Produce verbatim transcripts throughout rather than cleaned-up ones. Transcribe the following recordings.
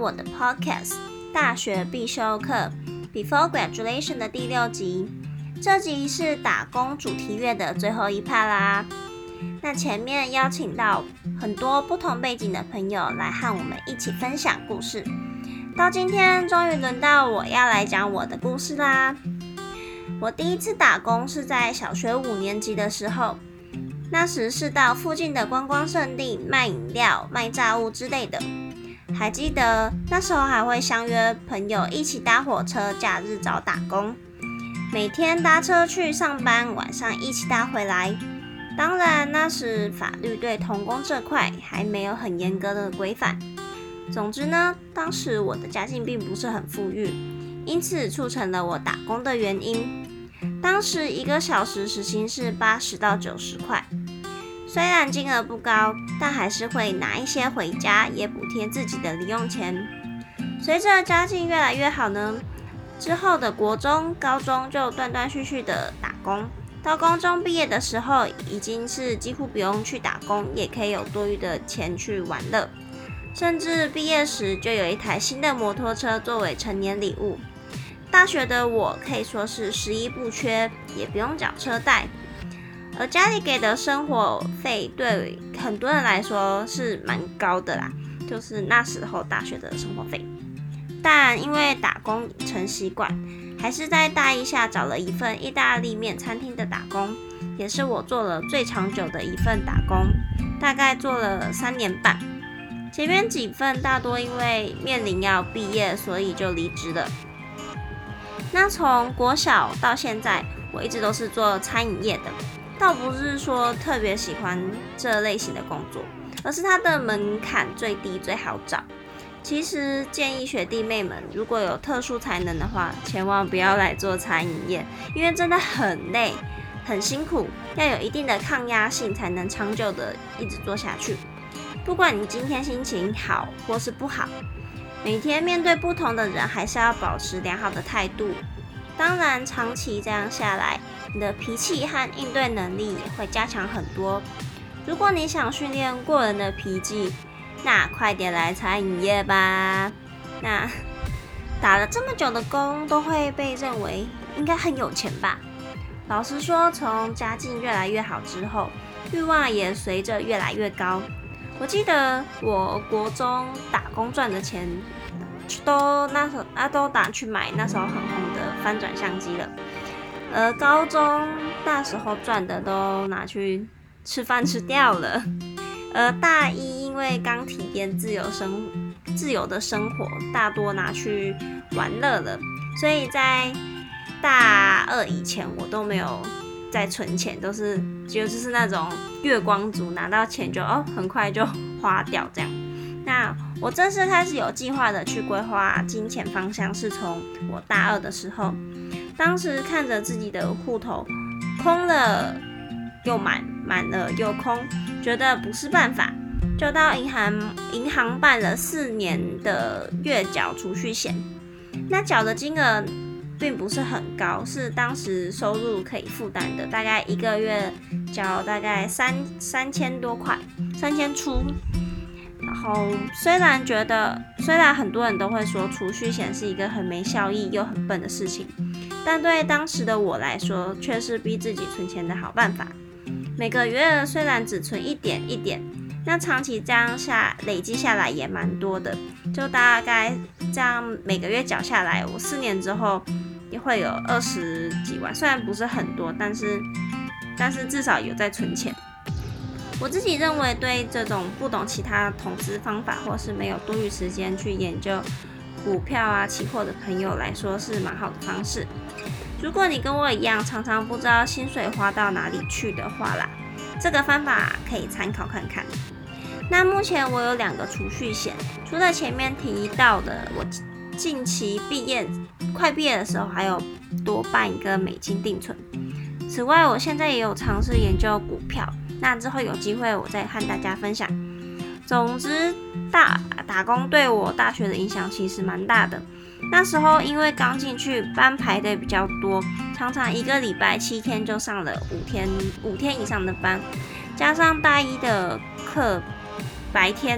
我的 Podcast 大学必修课 Before Graduation 的第六集。这集是打工主题乐的最后一 part 啦。那前面邀请到很多不同背景的朋友来和我们一起分享故事，到今天终于轮到我要来讲我的故事啦。我第一次打工是在小学五年级的时候，那时是到附近的观光胜地卖饮料、卖炸物之类的。还记得那时候还会相约朋友一起搭火车，假日找打工，每天搭车去上班，晚上一起搭回来。当然那时法律对童工这块还没有很严格的规范。总之呢，当时我的家境并不是很富裕，因此促成了我打工的原因。当时一个小时时薪是八十到九十块，虽然金额不高，但还是会拿一些回家，也补贴自己的零用钱。随着家境越来越好呢，之后的国中、高中就断断续续的打工，到高中毕业的时候，已经是几乎不用去打工，也可以有多余的钱去玩乐，甚至毕业时就有一台新的摩托车作为成年礼物。大学的我可以说是食衣不缺，也不用缴车贷，而家里给的生活费对很多人来说是蛮高的啦，就是那时候大学的生活费。但因为打工成习惯，还是在大一下找了一份意大利面餐厅的打工，也是我做了最长久的一份打工，大概做了三年半。前面几份大多因为面临要毕业，所以就离职了。那从国小到现在，我一直都是做餐饮业的，倒不是说特别喜欢这类型的工作，而是它的门槛最低最好找。其实建议学弟妹们，如果有特殊才能的话，千万不要来做餐饮业，因为真的很累很辛苦，要有一定的抗压性才能长久的一直做下去。不管你今天心情好或是不好，每天面对不同的人，还是要保持良好的态度。当然长期这样下来，你的脾气和应对能力也会加强很多。如果你想训练过人的脾气，那快点来餐饮业吧。那打了这么久的工，都会被认为应该很有钱吧？老实说，从家境越来越好之后，欲望也随着越来越高。我记得我国中打工赚的钱，都那时候啊都拿去买那时候很红的翻转相机了。而高中那时候赚的都拿去吃饭吃掉了。而大一因为刚体验自由生自由的生活，大多拿去玩乐了，所以在大二以前我都没有在存钱，都是就是那种月光族，拿到钱就哦很快就花掉这样。那我正式开始有计划的去规划金钱方向，是从我大二的时候，当时看着自己的户头空了又满，满了又空，觉得不是办法，就到银行银行办了四年的月缴储蓄险。那缴的金额并不是很高，是当时收入可以负担的，大概一个月缴大概三三千多块，三千出。然后虽然觉得，虽然很多人都会说储蓄险是一个很没效益又很笨的事情，但对当时的我来说，却是逼自己存钱的好办法。每个月虽然只存一点一点，那长期这样下累积下来也蛮多的，就大概这样每个月缴下来，我四年之后也会有二十几万，虽然不是很多，但是但是至少有在存钱。我自己认为，对这种不懂其他投资方法，或是没有多余时间去研究股票啊、期货的朋友来说，是蛮好的方式。如果你跟我一样，常常不知道薪水花到哪里去的话啦，这个方法可以参考看看。那目前我有两个储蓄险，除了前面提到的，我近期毕业、快毕业的时候，还有多办一个美金定存。此外，我现在也有尝试研究股票，那之后有机会我再和大家分享。总之，大打工对我大学的影响其实蛮大的。那时候因为刚进去，班排的比较多，常常一个礼拜七天就上了五天五天以上的班，加上大一的课白天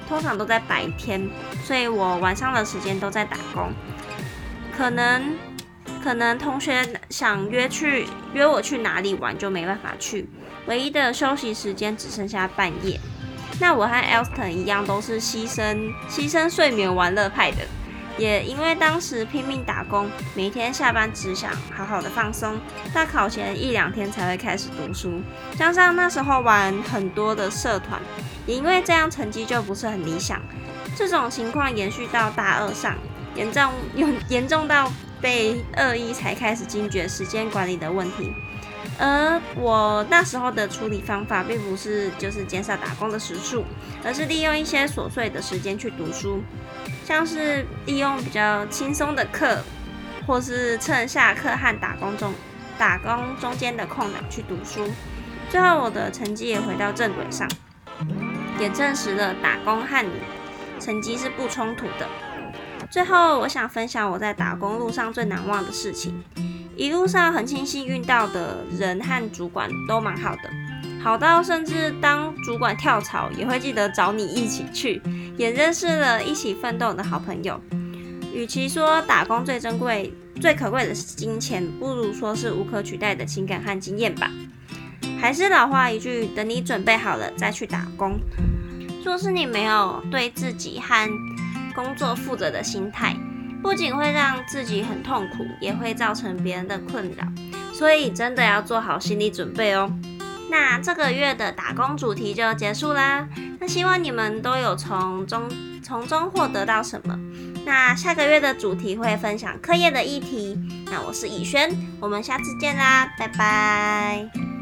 通常都在白天，所以我晚上的时间都在打工。可能可能同学想约去约我去哪里玩就没办法去，唯一的休息时间只剩下半夜。那我和 Elston 一样，都是牺牲牺牲睡眠玩乐派的。也因为当时拼命打工，每天下班只想好好的放松，大考前一两天才会开始读书，加上那时候玩很多的社团，也因为这样成绩就不是很理想。这种情况延续到大二上，严重严重到被二一才开始惊觉时间管理的问题。而我那时候的处理方法并不是就是减少打工的时数，而是利用一些琐碎的时间去读书，像是利用比较轻松的课，或是趁下课和打工中打工中间的空档去读书。最后我的成绩也回到正轨上，也证实了打工和成绩是不冲突的。最后我想分享我在打工路上最难忘的事情。一路上很庆幸遇到的人和主管都蛮好的，好到甚至当主管跳槽也会记得找你一起去，也认识了一起奋斗的好朋友。与其说打工最珍贵、最可贵的是金钱，不如说是无可取代的情感和经验吧。还是老话一句，等你准备好了再去打工。若是你没有对自己和工作负责的心态，不仅会让自己很痛苦，也会造成别人的困扰，所以真的要做好心理准备哦。那这个月的打工主题就结束啦，那希望你们都有从中从中获得到什么。那下个月的主题会分享课业的议题，那我是以轩，我们下次见啦，拜拜。